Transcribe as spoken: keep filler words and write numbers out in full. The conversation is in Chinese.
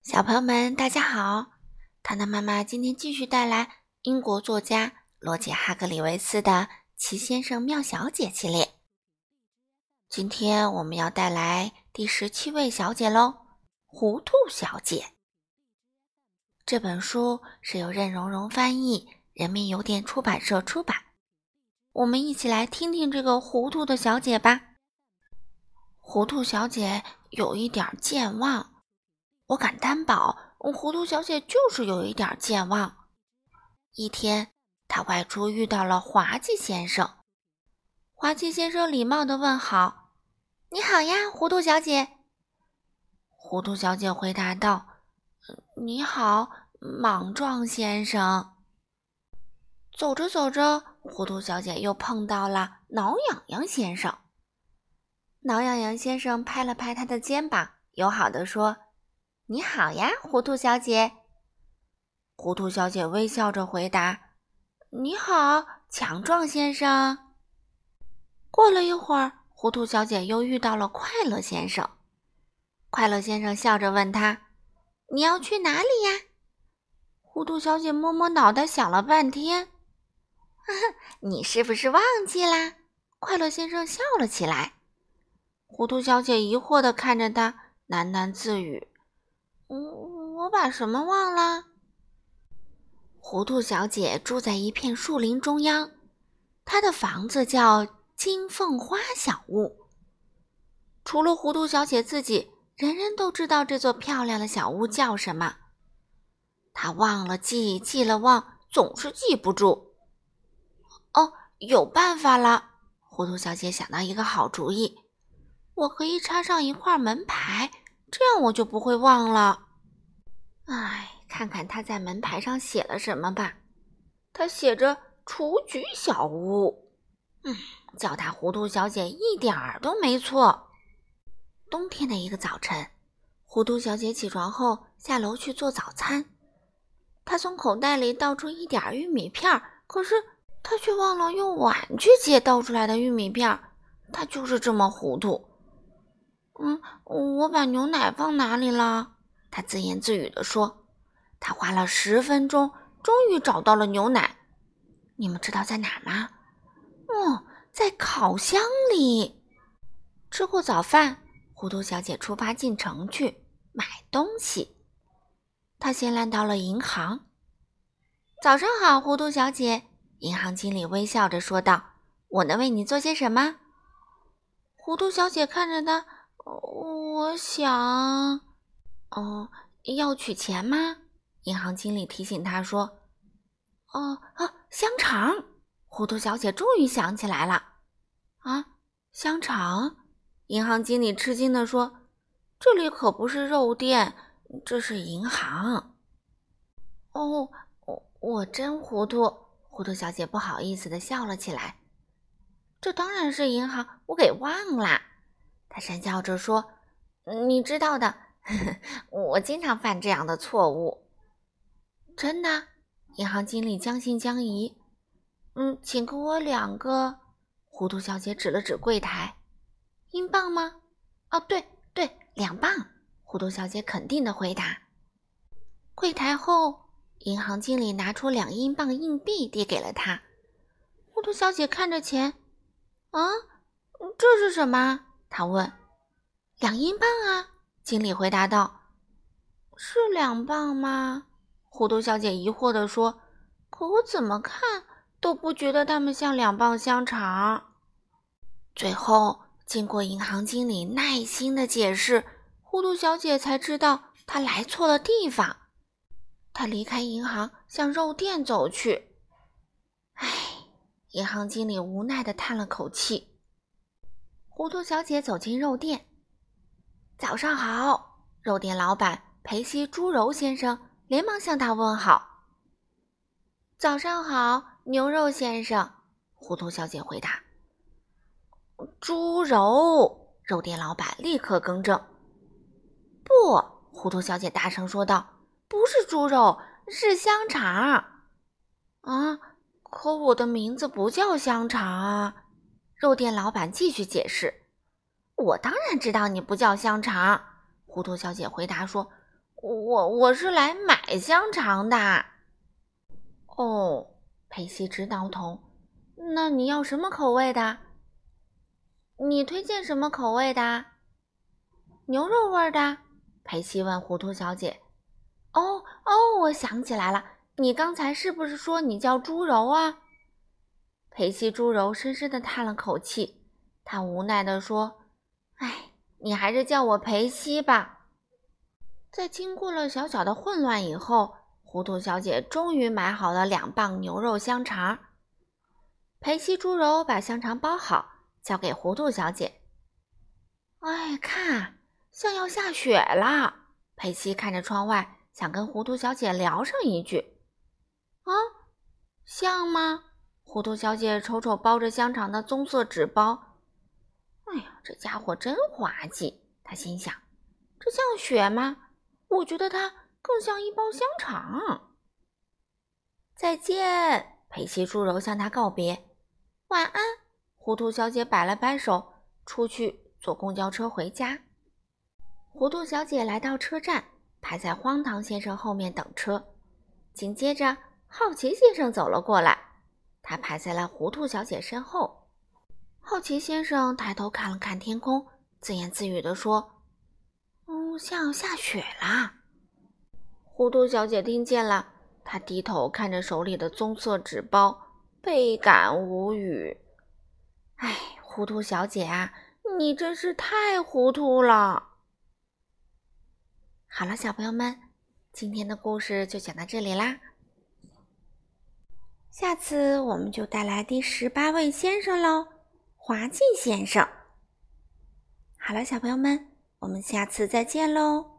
小朋友们，大家好！糖糖妈妈今天继续带来英国作家罗杰·哈格里维斯的《奇先生妙小姐》系列。今天我们要带来第十七位小姐喽，糊涂小姐。这本书是由任溶溶翻译，人民邮电出版社出版。我们一起来听听这个糊涂的小姐吧。糊涂小姐有一点健忘。我敢担保，糊涂小姐就是有一点健忘。一天，她外出遇到了滑稽先生。滑稽先生礼貌地问好：“你好呀，糊涂小姐。”糊涂小姐回答道：“你好，莽撞先生。”走着走着，糊涂小姐又碰到了挠痒痒先生。挠痒痒先生拍了拍她的肩膀，友好地说：“你好呀，糊涂小姐。”糊涂小姐微笑着回答：“你好，强壮先生。”过了一会儿，糊涂小姐又遇到了快乐先生。快乐先生笑着问她：“你要去哪里呀？”糊涂小姐摸摸脑袋，想了半天：“哈哈，你是不是忘记啦？”快乐先生笑了起来。糊涂小姐疑惑地看着他，喃喃自语：“我我把什么忘了？”糊涂小姐住在一片树林中央，她的房子叫金凤花小屋。除了糊涂小姐自己，人人都知道这座漂亮的小屋叫什么。她忘了记，记了忘，总是记不住。哦，有办法了！糊涂小姐想到一个好主意，我可以插上一块门牌，这样我就不会忘了。唉，看看他在门牌上写了什么吧。他写着雏菊小屋。嗯，叫他糊涂小姐一点儿都没错。冬天的一个早晨，糊涂小姐起床后下楼去做早餐。她从口袋里倒出一点玉米片，可是她却忘了用碗去接倒出来的玉米片。她就是这么糊涂。嗯，我把牛奶放哪里了？他自言自语地说。他花了十分钟，终于找到了牛奶。你们知道在哪吗？哦，在烤箱里。吃过早饭，糊涂小姐出发进城去买东西。她先来到了银行。早上好，糊涂小姐。银行经理微笑着说道：“我能为你做些什么？”糊涂小姐看着他，我想，哦，要取钱吗？银行经理提醒他说。哦啊，香肠！糊涂小姐终于想起来了。啊，香肠？银行经理吃惊地说，这里可不是肉店，这是银行。哦，我我真糊涂。糊涂小姐不好意思地笑了起来。这当然是银行，我给忘了。他讪笑着说，你知道的，呵呵，我经常犯这样的错误。真的？银行经理将信将疑。嗯，请给我两个。糊涂小姐指了指柜台。英镑吗？哦，对对，两磅。糊涂小姐肯定地回答。柜台后，银行经理拿出两英镑硬币递给了他。糊涂小姐看着钱，啊，这是什么？她问。两英镑啊，经理回答道。是两磅吗？糊涂小姐疑惑地说，可我怎么看都不觉得它们像两磅香肠。最后，经过银行经理耐心的解释，糊涂小姐才知道她来错了地方。她离开银行，向肉店走去。唉，银行经理无奈地叹了口气。糊涂小姐走进肉店。早上好，肉店老板裴西猪柔先生连忙向他问好。早上好，牛肉先生，糊涂小姐回答。猪肉，肉店老板立刻更正。不，糊涂小姐大声说道，不是猪肉，是香肠。啊，可我的名字不叫香肠啊，肉店老板继续解释。我当然知道你不叫香肠，糊涂小姐回答说， 我我是来买香肠的。哦，佩西直挠头。那你要什么口味的？你推荐什么口味的？牛肉味的？佩西问糊涂小姐。哦哦，我想起来了，你刚才是不是说你叫猪柔啊？佩西猪柔深深地叹了口气，他无奈地说：哎，你还是叫我裴西吧。在经过了小小的混乱以后，糊涂小姐终于买好了两磅牛肉香肠。裴西猪柔把香肠包好，交给糊涂小姐。哎，看，像要下雪了。佩西看着窗外，想跟糊涂小姐聊上一句。啊，像吗？糊涂小姐瞅瞅包着香肠的棕色纸包。哎呀，这家伙真滑稽，她心想。这像雪吗？我觉得它更像一包香肠。再见，佩西猪柔向她告别。晚安，糊涂小姐摆了摆手，出去坐公交车回家。糊涂小姐来到车站，排在荒唐先生后面等车。紧接着，好奇先生走了过来，他排在了糊涂小姐身后。好奇先生抬头看了看天空，自言自语地说：嗯，像要下雪啦。糊涂小姐听见了，她低头看着手里的棕色纸包，倍感无语。哎，糊涂小姐啊，你真是太糊涂了。好了，小朋友们，今天的故事就讲到这里啦。下次我们就带来第十八位先生喽，滑稽先生。好了，小朋友们，我们下次再见喽。